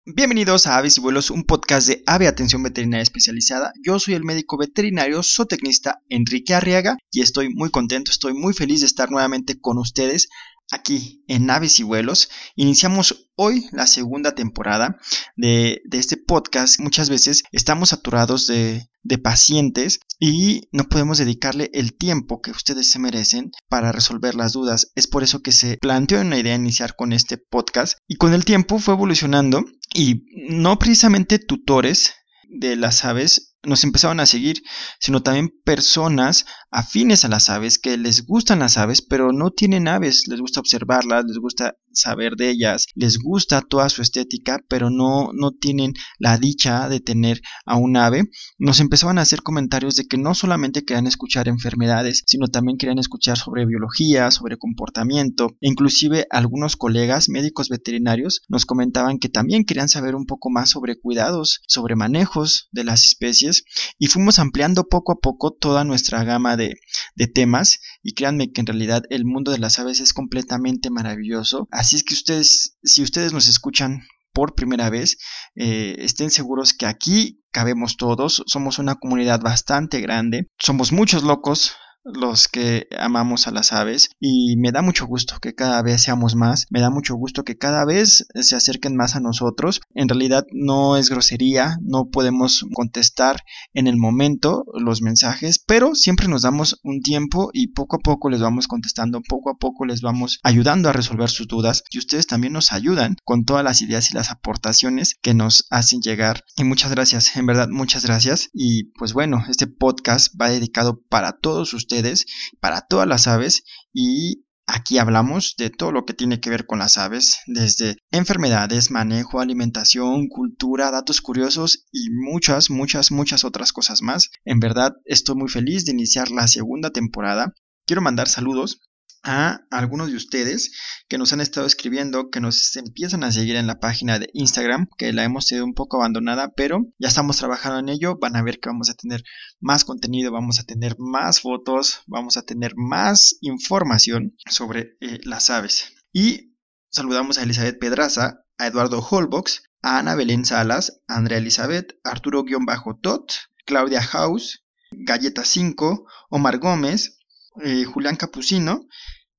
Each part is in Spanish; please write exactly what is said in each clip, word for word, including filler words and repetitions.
Bienvenidos a Aves y Vuelos, un podcast de Ave Atención Veterinaria Especializada. Yo soy el médico veterinario zootecnista Enrique Arriaga y estoy muy contento, estoy muy feliz de estar nuevamente con ustedes aquí en Aves y Vuelos. Iniciamos hoy la segunda temporada de, de este podcast. Muchas veces estamos saturados de, de pacientes y no podemos dedicarle el tiempo que ustedes se merecen para resolver las dudas. Es por eso que se planteó una idea iniciar con este podcast y con el tiempo fue evolucionando y no precisamente tutores de las aves nos empezaron a seguir, sino también personas afines a las aves, que les gustan las aves, pero no tienen aves, les gusta observarlas, les gusta saber de ellas, les gusta toda su estética, pero no, no tienen la dicha de tener a un ave. Nos empezaban a hacer comentarios de que no solamente querían escuchar enfermedades, sino también querían escuchar sobre biología, sobre comportamiento, e inclusive algunos colegas médicos veterinarios nos comentaban que también querían saber un poco más sobre cuidados, sobre manejos de las especies, y fuimos ampliando poco a poco toda nuestra gama de, de temas, y créanme que en realidad el mundo de las aves es completamente maravilloso. Así es que ustedes, si ustedes nos escuchan por primera vez, eh, estén seguros que aquí cabemos todos, somos una comunidad bastante grande, somos muchos locos los que amamos a las aves y me da mucho gusto que cada vez seamos más, me da mucho gusto que cada vez se acerquen más a nosotros. En realidad no es grosería, no podemos contestar en el momento los mensajes, pero siempre nos damos un tiempo y poco a poco les vamos contestando, poco a poco les vamos ayudando a resolver sus dudas y ustedes también nos ayudan con todas las ideas y las aportaciones que nos hacen llegar. Y muchas gracias, en verdad muchas gracias. Y pues bueno, este podcast va dedicado para todos ustedes, para todas las aves, y aquí hablamos de todo lo que tiene que ver con las aves, desde enfermedades, manejo, alimentación, cultura, datos curiosos y muchas, muchas, muchas otras cosas más. En verdad estoy muy feliz de iniciar la segunda temporada. Quiero mandar saludos a algunos de ustedes que nos han estado escribiendo, que nos empiezan a seguir en la página de Instagram, que la hemos tenido un poco abandonada, pero ya estamos trabajando en ello. Van a ver que vamos a tener más contenido, vamos a tener más fotos, vamos a tener más información sobre eh, las aves. Y saludamos a Elizabeth Pedraza, a Eduardo Holbox, a Ana Belén Salas, a Andrea Elizabeth, Arturo-Tot, Claudia House, Galleta cinco, Omar Gómez, eh, Julián Capucino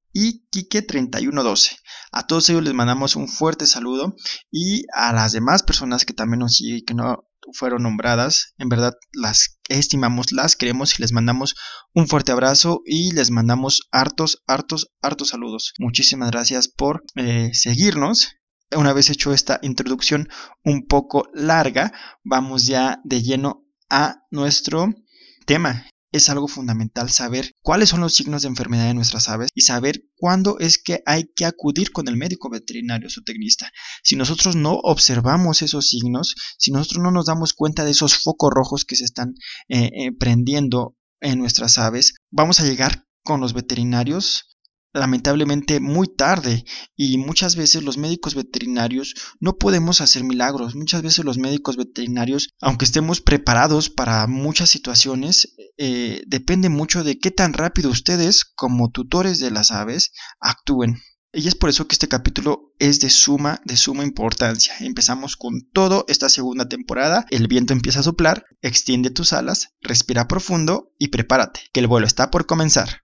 y Quique treinta y uno doce. A todos ellos les mandamos un fuerte saludo, y a las demás personas que también nos siguen y que no fueron nombradas, en verdad las estimamos, las queremos y les mandamos un fuerte abrazo y les mandamos hartos, hartos, hartos saludos. Muchísimas gracias por eh, seguirnos. Una vez hecho esta introducción un poco larga, vamos ya de lleno a nuestro tema. Es algo fundamental saber cuáles son los signos de enfermedad de nuestras aves y saber cuándo es que hay que acudir con el médico veterinario zootecnista. Si nosotros no observamos esos signos, si nosotros no nos damos cuenta de esos focos rojos que se están eh, eh, prendiendo en nuestras aves, vamos a llegar con los veterinarios lamentablemente muy tarde, y muchas veces los médicos veterinarios no podemos hacer milagros. Muchas veces los médicos veterinarios, aunque estemos preparados para muchas situaciones, eh, depende mucho de qué tan rápido ustedes como tutores de las aves actúen. Y es por eso que este capítulo es de suma, de suma importancia. Empezamos con todo esta segunda temporada. El viento empieza a soplar, extiende tus alas, respira profundo y prepárate, que el vuelo está por comenzar.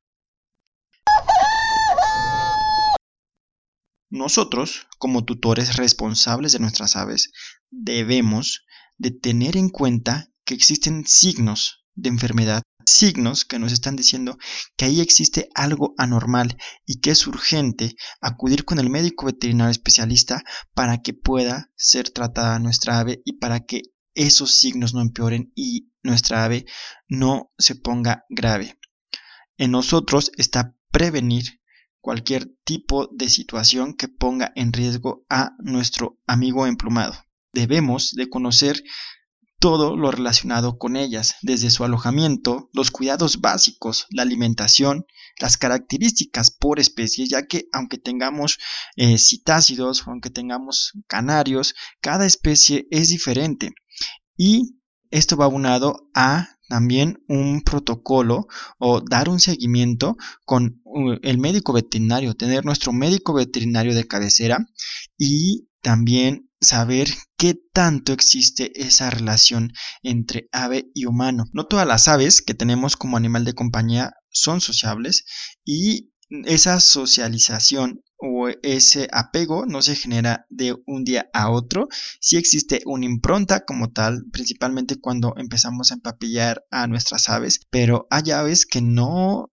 Nosotros, como tutores responsables de nuestras aves, debemos de tener en cuenta que existen signos de enfermedad, signos que nos están diciendo que ahí existe algo anormal y que es urgente acudir con el médico veterinario especialista para que pueda ser tratada nuestra ave y para que esos signos no empeoren y nuestra ave no se ponga grave. En nosotros está prevenir cualquier tipo de situación que ponga en riesgo a nuestro amigo emplumado. Debemos de conocer todo lo relacionado con ellas, desde su alojamiento, los cuidados básicos, la alimentación, las características por especie, ya que aunque tengamos eh, citácidos o aunque tengamos canarios, cada especie es diferente, y esto va aunado a también un protocolo o dar un seguimiento con uh, el médico veterinario, tener nuestro médico veterinario de cabecera y también saber qué tanto existe esa relación entre ave y humano. No todas las aves que tenemos como animal de compañía son sociables y esa socialización o ese apego no se genera de un día a otro. Sí existe una impronta como tal, principalmente cuando empezamos a empapillar a nuestras aves, pero hay aves que no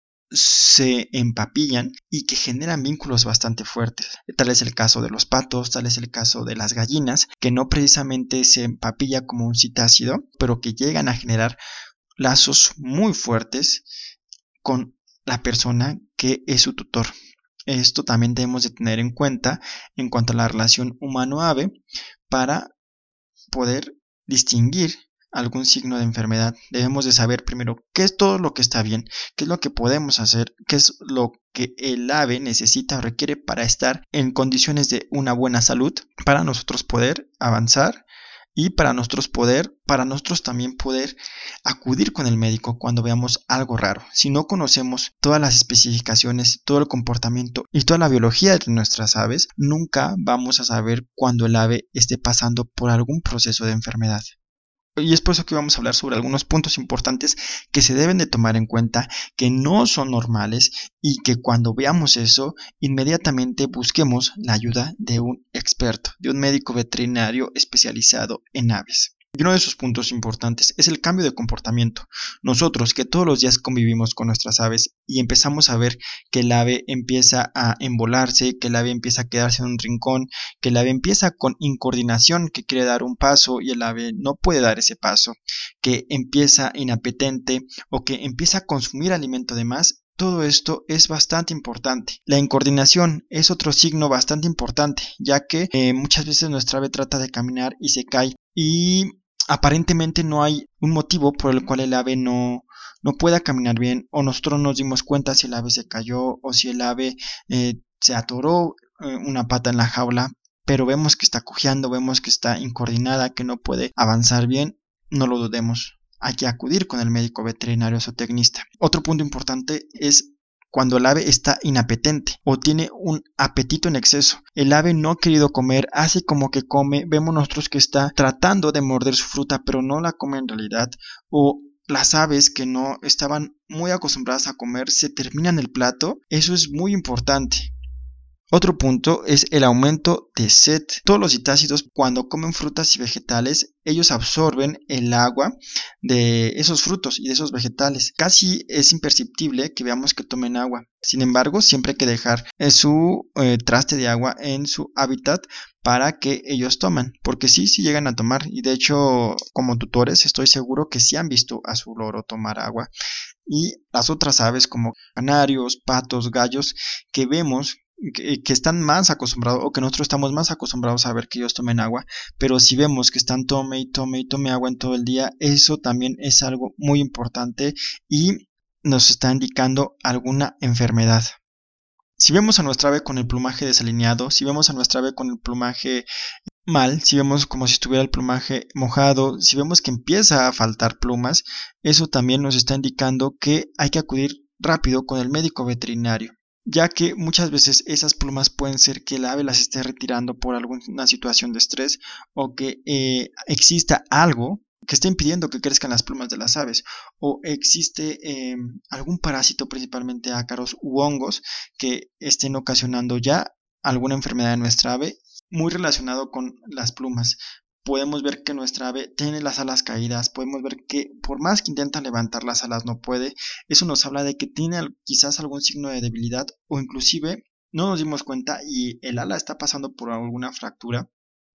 se empapillan y que generan vínculos bastante fuertes. Tal es el caso de los patos, tal es el caso de las gallinas, que no precisamente se empapilla como un citácido, pero que llegan a generar lazos muy fuertes con la persona que es su tutor. Esto también debemos de tener en cuenta en cuanto a la relación humano-ave para poder distinguir algún signo de enfermedad. Debemos de saber primero qué es todo lo que está bien, qué es lo que podemos hacer, qué es lo que el ave necesita o requiere para estar en condiciones de una buena salud, para nosotros poder avanzar y para nosotros poder, para nosotros también poder acudir con el médico cuando veamos algo raro. Si no conocemos todas las especificaciones, todo el comportamiento y toda la biología de nuestras aves, nunca vamos a saber cuando el ave esté pasando por algún proceso de enfermedad. Y es por eso que vamos a hablar sobre algunos puntos importantes que se deben de tomar en cuenta, que no son normales y que cuando veamos eso, inmediatamente busquemos la ayuda de un experto, de un médico veterinario especializado en aves. Y uno de esos puntos importantes es el cambio de comportamiento. Nosotros que todos los días convivimos con nuestras aves y empezamos a ver que el ave empieza a embolarse, que el ave empieza a quedarse en un rincón, que el ave empieza con incoordinación, que quiere dar un paso y el ave no puede dar ese paso, que empieza inapetente o que empieza a consumir alimento de más. Todo esto es bastante importante. La incoordinación es otro signo bastante importante, ya que eh, muchas veces nuestra ave trata de caminar y se cae y aparentemente no hay un motivo por el cual el ave no, no pueda caminar bien, o nosotros nos dimos cuenta si el ave se cayó o si el ave eh, se atoró eh, una pata en la jaula, pero vemos que está cojeando, vemos que está incoordinada, que no puede avanzar bien. No lo dudemos. Hay que acudir con el médico veterinario zootecnista. Otro punto importante es cuando el ave está inapetente o tiene un apetito en exceso. El ave no ha querido comer, hace como que come, vemos nosotros que está tratando de morder su fruta, pero no la come en realidad, o las aves que no estaban muy acostumbradas a comer se terminan el plato. Eso es muy importante. Otro punto es el aumento de sed. Todos los citácidos, cuando comen frutas y vegetales, ellos absorben el agua de esos frutos y de esos vegetales. Casi es imperceptible que veamos que tomen agua. Sin embargo, siempre hay que dejar su eh, traste de agua en su hábitat para que ellos tomen, porque sí, sí llegan a tomar, y de hecho, como tutores, estoy seguro que sí han visto a su loro tomar agua. Y las otras aves como canarios, patos, gallos, que vemos Que, que están más acostumbrados o que nosotros estamos más acostumbrados a ver que ellos tomen agua, pero si vemos que están tome y tome y tome agua en todo el día, eso también es algo muy importante y nos está indicando alguna enfermedad. Si vemos a nuestra ave con el plumaje desalineado, si vemos a nuestra ave con el plumaje mal, si vemos como si estuviera el plumaje mojado, si vemos que empieza a faltar plumas, eso también nos está indicando que hay que acudir rápido con el médico veterinario, ya que muchas veces esas plumas pueden ser que el ave las esté retirando por alguna situación de estrés o que eh, exista algo que esté impidiendo que crezcan las plumas de las aves, o existe eh, algún parásito, principalmente ácaros u hongos, que estén ocasionando ya alguna enfermedad en nuestra ave muy relacionado con las plumas. Podemos ver que nuestra ave tiene las alas caídas, podemos ver que por más que intenta levantar las alas no puede. Eso nos habla de que tiene quizás algún signo de debilidad, o inclusive no nos dimos cuenta y el ala está pasando por alguna fractura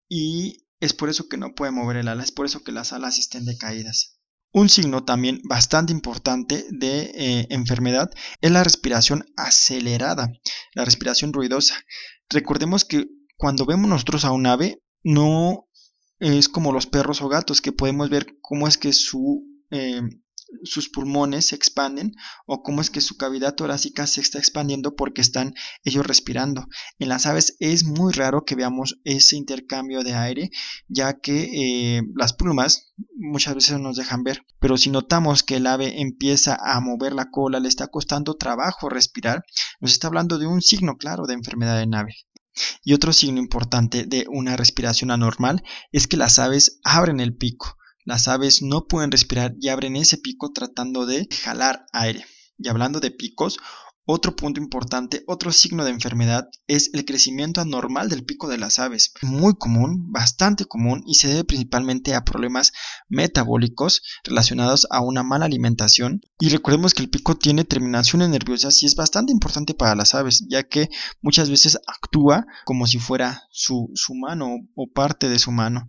y es por eso que no puede mover el ala, es por eso que las alas estén decaídas. Un signo también bastante importante de eh, enfermedad es la respiración acelerada, la respiración ruidosa. Recordemos que cuando vemos nosotros a un ave, no es como los perros o gatos, que podemos ver cómo es que su, eh, sus pulmones se expanden o cómo es que su cavidad torácica se está expandiendo porque están ellos respirando. En las aves es muy raro que veamos ese intercambio de aire, ya que eh, las plumas muchas veces nos dejan ver, pero si notamos que el ave empieza a mover la cola, le está costando trabajo respirar, nos está hablando de un signo claro de enfermedad en ave. Y otro signo importante de una respiración anormal es que las aves abren el pico. Las aves no pueden respirar y abren ese pico tratando de jalar aire. Y hablando de picos, otro punto importante, otro signo de enfermedad es el crecimiento anormal del pico de las aves. Muy común, bastante común, y se debe principalmente a problemas metabólicos relacionados a una mala alimentación. Y recordemos que el pico tiene terminaciones nerviosas y es bastante importante para las aves, ya que muchas veces actúa como si fuera su, su mano o parte de su mano.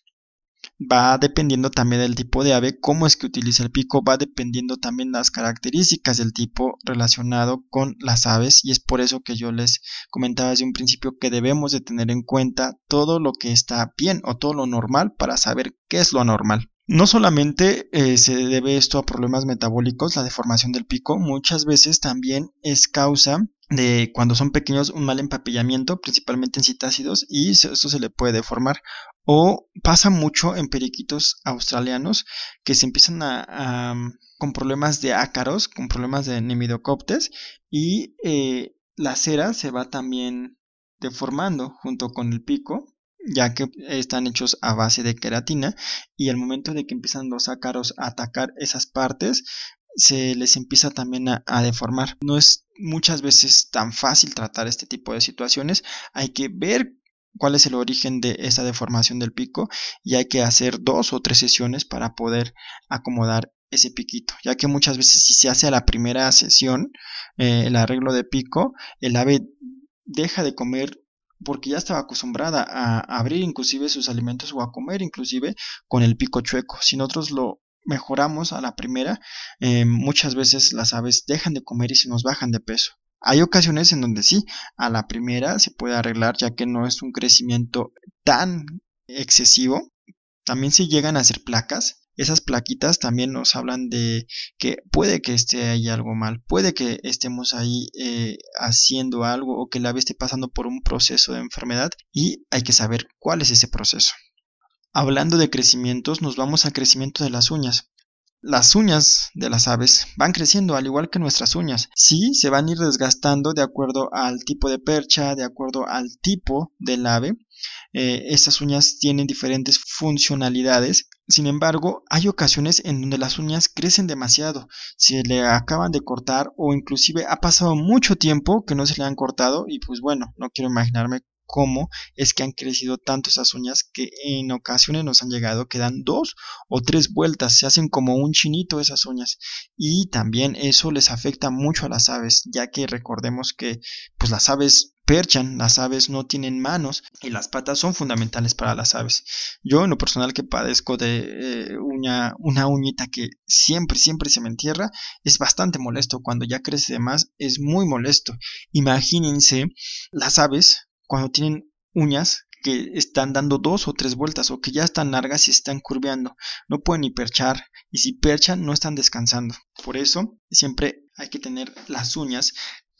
Va dependiendo también del tipo de ave, cómo es que utiliza el pico, va dependiendo también las características del tipo relacionado con las aves, y es por eso que yo les comentaba desde un principio que debemos de tener en cuenta todo lo que está bien o todo lo normal para saber qué es lo anormal. No solamente eh, se debe esto a problemas metabólicos, la deformación del pico muchas veces también es causa de cuando son pequeños un mal empapillamiento, principalmente en citácidos, y eso se le puede deformar. O pasa mucho en periquitos australianos que se empiezan a, a con problemas de ácaros, con problemas de nemidocoptes, y eh, la cera se va también deformando junto con el pico, ya que están hechos a base de queratina, y al momento de que empiezan los ácaros a atacar esas partes, se les empieza también a, a deformar. No es muchas veces tan fácil tratar este tipo de situaciones, hay que ver cuál es el origen de esa deformación del pico y hay que hacer dos o tres sesiones para poder acomodar ese piquito, ya que muchas veces si se hace a la primera sesión eh, el arreglo de pico, el ave deja de comer porque ya estaba acostumbrada a abrir inclusive sus alimentos o a comer inclusive con el pico chueco. Si nosotros lo mejoramos a la primera, eh, muchas veces las aves dejan de comer y se nos bajan de peso. Hay ocasiones en donde sí, a la primera se puede arreglar ya que no es un crecimiento tan excesivo. También se llegan a hacer placas. Esas plaquitas también nos hablan de que puede que esté ahí algo mal, puede que estemos ahí eh, haciendo algo o que la ave esté pasando por un proceso de enfermedad y hay que saber cuál es ese proceso. Hablando de crecimientos, nos vamos al crecimiento de las uñas. Las uñas de las aves van creciendo al igual que nuestras uñas. Sí, se van a ir desgastando de acuerdo al tipo de percha, de acuerdo al tipo del ave. Eh, estas uñas tienen diferentes funcionalidades. Sin embargo, hay ocasiones en donde las uñas crecen demasiado. Se le acaban de cortar o inclusive ha pasado mucho tiempo que no se le han cortado y pues bueno, no quiero imaginarme cómo es que han crecido tanto esas uñas que en ocasiones nos han llegado que dan dos o tres vueltas, se hacen como un chinito esas uñas y también eso les afecta mucho a las aves, ya que recordemos que pues las aves perchan, las aves no tienen manos y las patas son fundamentales para las aves. Yo en lo personal que padezco de eh, uña, una uñita que siempre, siempre se me entierra, es bastante molesto, cuando ya crece de más es muy molesto. Imagínense las aves cuando tienen uñas que están dando dos o tres vueltas o que ya están largas y están curveando, no pueden ni perchar y si perchan no están descansando. Por eso siempre hay que tener las uñas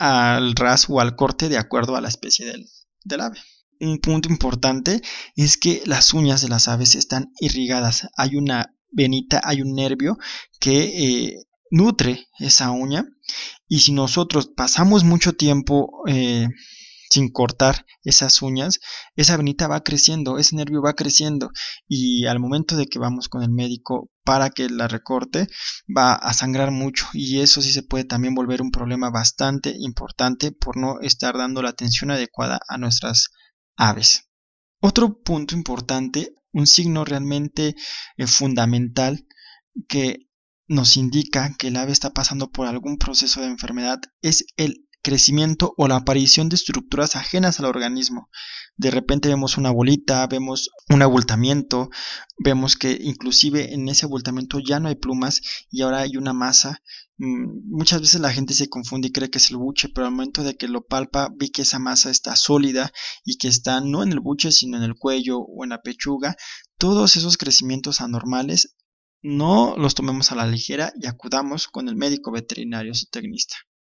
al ras o al corte de acuerdo a la especie del, del ave. Un punto importante es que las uñas de las aves están irrigadas, hay una venita, hay un nervio que eh, nutre esa uña y si nosotros pasamos mucho tiempo eh, sin cortar esas uñas, esa venita va creciendo, ese nervio va creciendo y al momento de que vamos con el médico para que la recorte va a sangrar mucho y eso sí se puede también volver un problema bastante importante por no estar dando la atención adecuada a nuestras aves. Otro punto importante, un signo realmente eh, fundamental que nos indica que el ave está pasando por algún proceso de enfermedad es el crecimiento o la aparición de estructuras ajenas al organismo. De repente vemos una bolita, vemos un abultamiento, vemos que inclusive en ese abultamiento ya no hay plumas y ahora hay una masa. Muchas veces la gente se confunde y cree que es el buche, pero al momento de que lo palpa vi que esa masa está sólida y que está no en el buche sino en el cuello o en la pechuga. Todos esos crecimientos anormales no los tomemos a la ligera y acudamos con el médico veterinario zootecnista.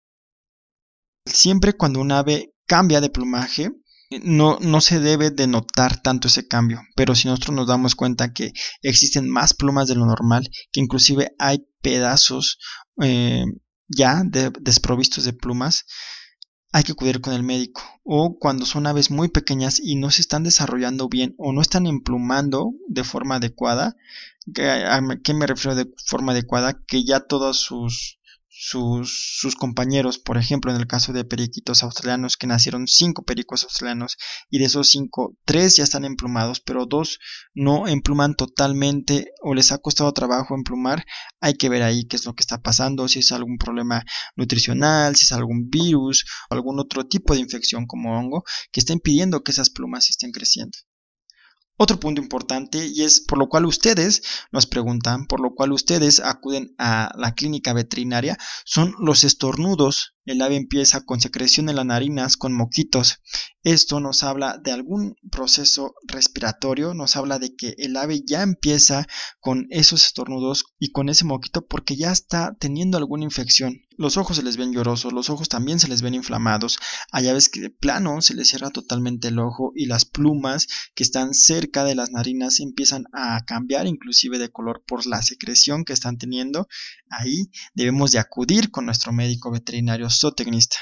Siempre cuando un ave cambia de plumaje, no, no se debe de notar tanto ese cambio, pero si nosotros nos damos cuenta que existen más plumas de lo normal, que inclusive hay pedazos eh, ya de, desprovistos de plumas, hay que acudir con el médico. O cuando son aves muy pequeñas y no se están desarrollando bien o no están emplumando de forma adecuada. ¿A qué me refiero de forma adecuada? Que ya todos sus, sus, sus compañeros, por ejemplo, en el caso de periquitos australianos, que nacieron cinco pericos australianos y de esos cinco, tres ya están emplumados, pero dos no empluman totalmente o les ha costado trabajo emplumar. Hay que ver ahí qué es lo que está pasando, si es algún problema nutricional, si es algún virus o algún otro tipo de infección como hongo que está impidiendo que esas plumas estén creciendo. Otro punto importante, y es por lo cual ustedes nos preguntan, por lo cual ustedes acuden a la clínica veterinaria, son los estornudos. El ave empieza con secreción en las narinas, con moquitos. Esto nos habla de algún proceso respiratorio, nos habla de que el ave ya empieza con esos estornudos y con ese moquito porque ya está teniendo alguna infección. Los ojos se les ven llorosos, los ojos también se les ven inflamados. Hay aves que de plano se les cierra totalmente el ojo y las plumas que están cerca de las narinas empiezan a cambiar inclusive de color por la secreción que están teniendo. Ahí debemos de acudir con nuestro médico veterinario zootecnista.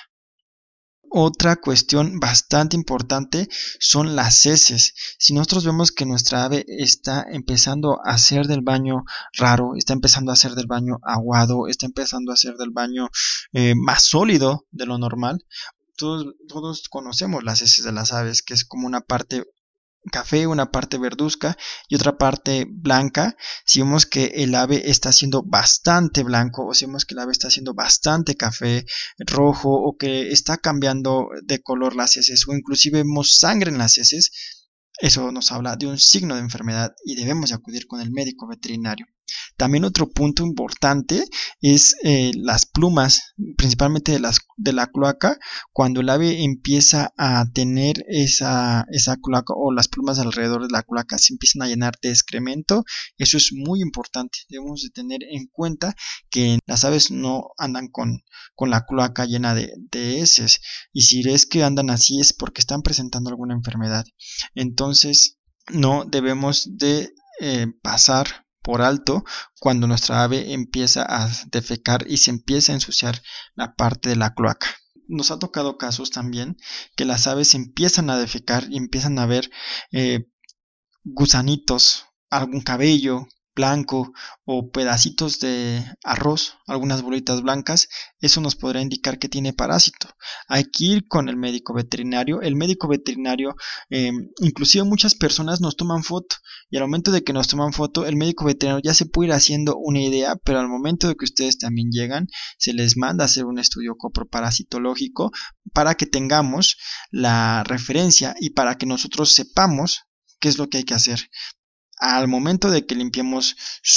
Otra cuestión bastante importante son las heces. Si nosotros vemos que nuestra ave está empezando a hacer del baño raro, está empezando a hacer del baño aguado, está empezando a hacer del baño eh, más sólido de lo normal, todos, todos conocemos las heces de las aves, que es como una parte café, una parte verduzca y otra parte blanca. Si vemos que el ave está haciendo bastante blanco o si vemos que el ave está haciendo bastante café, rojo o que está cambiando de color las heces o inclusive vemos sangre en las heces, eso nos habla de un signo de enfermedad y debemos de acudir con el médico veterinario. También otro punto importante es eh, las plumas, principalmente de, las, de la cloaca. Cuando el ave empieza a tener esa, esa cloaca o las plumas alrededor de la cloaca se empiezan a llenar de excremento, eso es muy importante. Debemos de tener en cuenta que las aves no andan con, con la cloaca llena de, de heces, y si es que andan así es porque están presentando alguna enfermedad. Entonces no debemos de eh, pasar por alto cuando nuestra ave empieza a defecar y se empieza a ensuciar la parte de la cloaca. Nos ha tocado casos también que las aves empiezan a defecar y empiezan a ver eh, gusanitos, algún cabello blanco o pedacitos de arroz, algunas bolitas blancas. Eso nos podrá indicar que tiene parásito. Hay que ir con el médico veterinario. El médico veterinario, eh, inclusive muchas personas nos toman foto y al momento de que nos toman foto, el médico veterinario ya se puede ir haciendo una idea, pero al momento de que ustedes también llegan, se les manda a hacer un estudio coproparasitológico para que tengamos la referencia y para que nosotros sepamos qué es lo que hay que hacer. Al momento de que limpiemos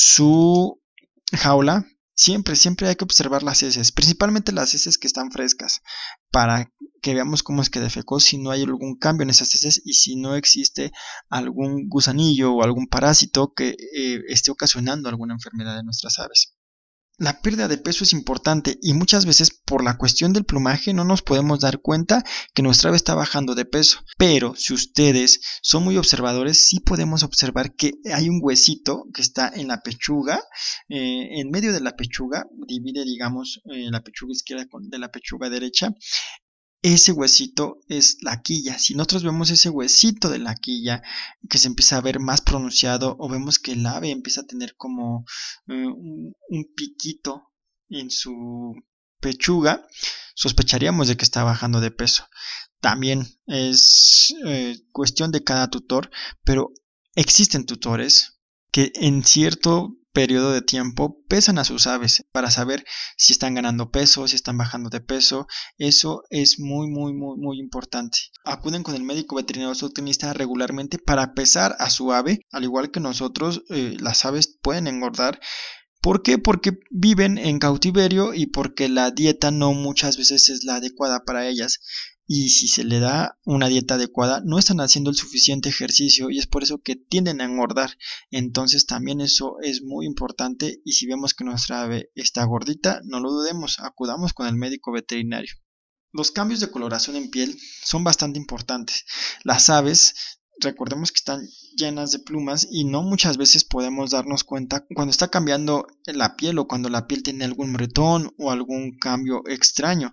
su jaula, siempre, siempre hay que observar las heces, principalmente las heces que están frescas, para que veamos cómo es que defecó, si no hay algún cambio en esas heces y si no existe algún gusanillo o algún parásito que eh, esté ocasionando alguna enfermedad en nuestras aves. La pérdida de peso es importante y muchas veces por la cuestión del plumaje no nos podemos dar cuenta que nuestra ave está bajando de peso. Pero si ustedes son muy observadores, sí podemos observar que hay un huesito que está en la pechuga, eh, en medio de la pechuga, divide digamos eh, la pechuga izquierda con, de la pechuga derecha. Ese huesito es la quilla. Si nosotros vemos ese huesito de la quilla que se empieza a ver más pronunciado o vemos que el ave empieza a tener como eh, un, un piquito en su pechuga, sospecharíamos de que está bajando de peso. También es eh, cuestión de cada tutor, pero existen tutores que en cierto periodo de tiempo pesan a sus aves para saber si están ganando peso, si están bajando de peso. Eso es muy muy muy muy importante. Acuden con el médico veterinario zootecnista regularmente para pesar a su ave. Al igual que nosotros, eh, las aves pueden engordar. ¿Por qué? Porque viven en cautiverio y porque la dieta no muchas veces es la adecuada para ellas. Y si se le da una dieta adecuada, no están haciendo el suficiente ejercicio y es por eso que tienden a engordar. Entonces también eso es muy importante y si vemos que nuestra ave está gordita, no lo dudemos, acudamos con el médico veterinario. Los cambios de coloración en piel son bastante importantes. Las aves, recordemos que están llenas de plumas y no muchas veces podemos darnos cuenta cuando está cambiando la piel o cuando la piel tiene algún moretón o algún cambio extraño.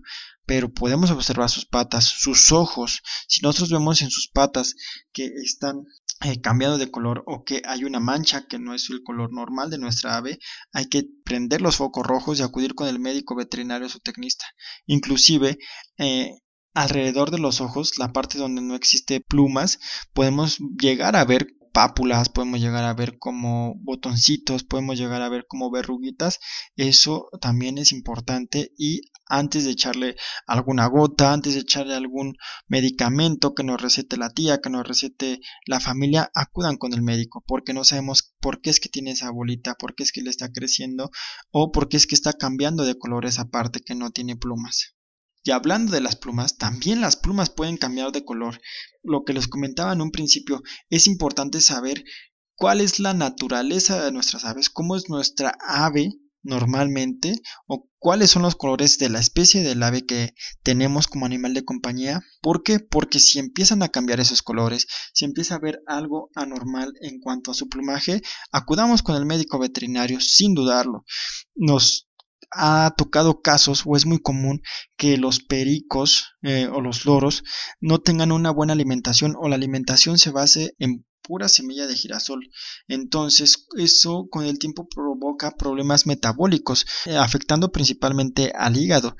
pero podemos observar sus patas, sus ojos. Si nosotros vemos en sus patas que están eh, cambiando de color o que hay una mancha que no es el color normal de nuestra ave, hay que prender los focos rojos y acudir con el médico veterinario zootecnista. Inclusive, eh, alrededor de los ojos, la parte donde no existe plumas, podemos llegar a ver pápulas, podemos llegar a ver como botoncitos, podemos llegar a ver como verruguitas. Eso también es importante, y antes de echarle alguna gota, antes de echarle algún medicamento que nos recete la tía, que nos recete la familia, acudan con el médico, porque no sabemos por qué es que tiene esa bolita, por qué es que le está creciendo o por qué es que está cambiando de color esa parte que no tiene plumas. Y hablando de las plumas, también las plumas pueden cambiar de color. Lo que les comentaba en un principio, es importante saber cuál es la naturaleza de nuestras aves, cómo es nuestra ave normalmente, o cuáles son los colores de la especie del ave que tenemos como animal de compañía. ¿Por qué? Porque si empiezan a cambiar esos colores, si empieza a ver algo anormal en cuanto a su plumaje, acudamos con el médico veterinario sin dudarlo. Nos ha tocado casos, o es muy común, que los pericos eh, o los loros no tengan una buena alimentación, o la alimentación se base en pura semilla de girasol. Entonces eso con el tiempo provoca problemas metabólicos, eh, afectando principalmente al hígado,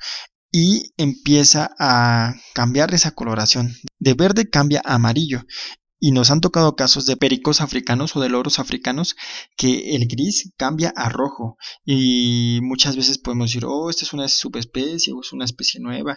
y empieza a cambiar esa coloración. De verde cambia a amarillo. Y nos han tocado casos de pericos africanos o de loros africanos que el gris cambia a rojo, y muchas veces podemos decir, oh, esta es una subespecie o es una especie nueva.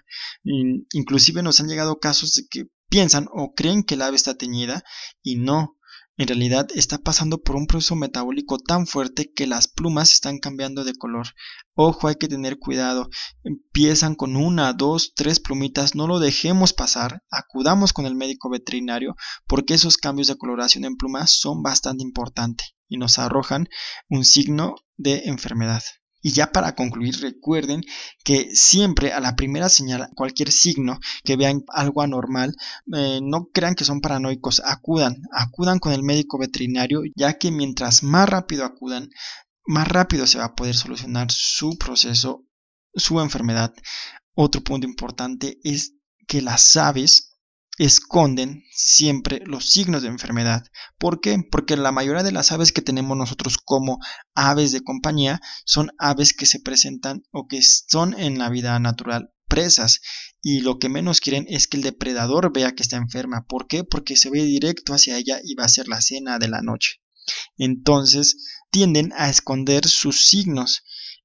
Y inclusive nos han llegado casos de que piensan o creen que el ave está teñida, y no. En realidad está pasando por un proceso metabólico tan fuerte que las plumas están cambiando de color. Ojo, hay que tener cuidado. Empiezan con una, dos, tres plumitas, no lo dejemos pasar, acudamos con el médico veterinario, porque esos cambios de coloración en plumas son bastante importantes y nos arrojan un signo de enfermedad. Y ya para concluir, recuerden que siempre a la primera señal, cualquier signo que vean algo anormal, eh, no crean que son paranoicos, acudan, acudan con el médico veterinario, ya que mientras más rápido acudan, más rápido se va a poder solucionar su proceso, su enfermedad. Otro punto importante es que las aves esconden siempre los signos de enfermedad. ¿Por qué? Porque la mayoría de las aves que tenemos nosotros como aves de compañía son aves que se presentan o que son en la vida natural presas, y lo que menos quieren es que el depredador vea que está enferma. ¿Por qué? Porque se ve directo hacia ella y va a ser la cena de la noche. Entonces tienden a esconder sus signos,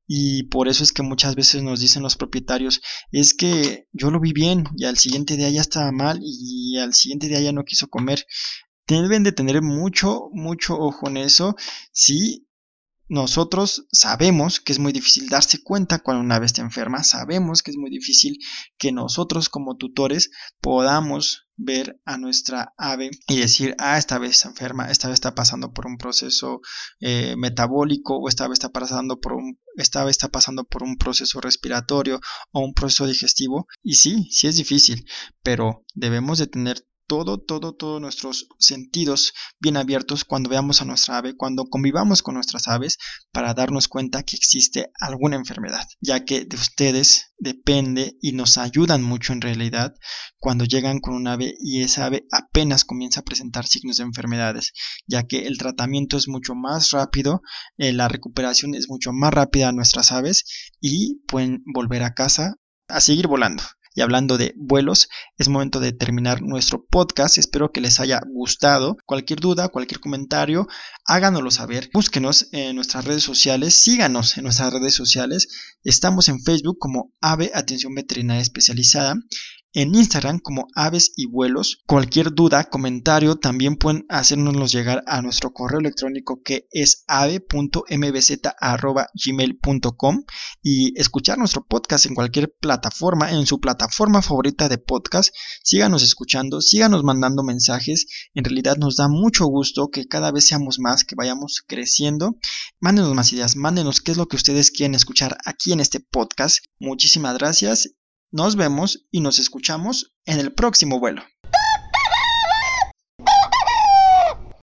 y por eso es que muchas veces nos dicen los propietarios, es que yo lo vi bien y al siguiente día ya estaba mal y al siguiente día ya no quiso comer. Deben de tener mucho, mucho ojo en eso. Sí, nosotros sabemos que es muy difícil darse cuenta cuando una ave está enferma, sabemos que es muy difícil que nosotros como tutores podamos ver a nuestra ave y decir, ah, esta ave está enferma, esta ave está pasando por un proceso eh, metabólico, o esta ave está pasando por un, esta ave está pasando por un proceso respiratorio o un proceso digestivo. Y sí, sí es difícil, pero debemos de tener todo, todo, todos nuestros sentidos bien abiertos cuando veamos a nuestra ave, cuando convivamos con nuestras aves, para darnos cuenta que existe alguna enfermedad, ya que de ustedes depende y nos ayudan mucho en realidad cuando llegan con un ave y esa ave apenas comienza a presentar signos de enfermedades, ya que el tratamiento es mucho más rápido, eh, la recuperación es mucho más rápida a nuestras aves y pueden volver a casa a seguir volando. Y hablando de vuelos, es momento de terminar nuestro podcast. Espero que les haya gustado. Cualquier duda, cualquier comentario, háganoslo saber. Búsquenos en nuestras redes sociales, síganos en nuestras redes sociales. Estamos en Facebook como Ave Atención Veterinaria Especializada, en Instagram como Aves y Vuelos. Cualquier duda, comentario, también pueden hacérnoslos llegar a nuestro correo electrónico, que es ave punto m b z arroba gmail punto com, y escuchar nuestro podcast en cualquier plataforma, en su plataforma favorita de podcast. Síganos escuchando, síganos mandando mensajes. En realidad nos da mucho gusto que cada vez seamos más, que vayamos creciendo. Mándenos más ideas, mándenos qué es lo que ustedes quieren escuchar aquí en este podcast. Muchísimas gracias. Nos vemos y nos escuchamos en el próximo vuelo.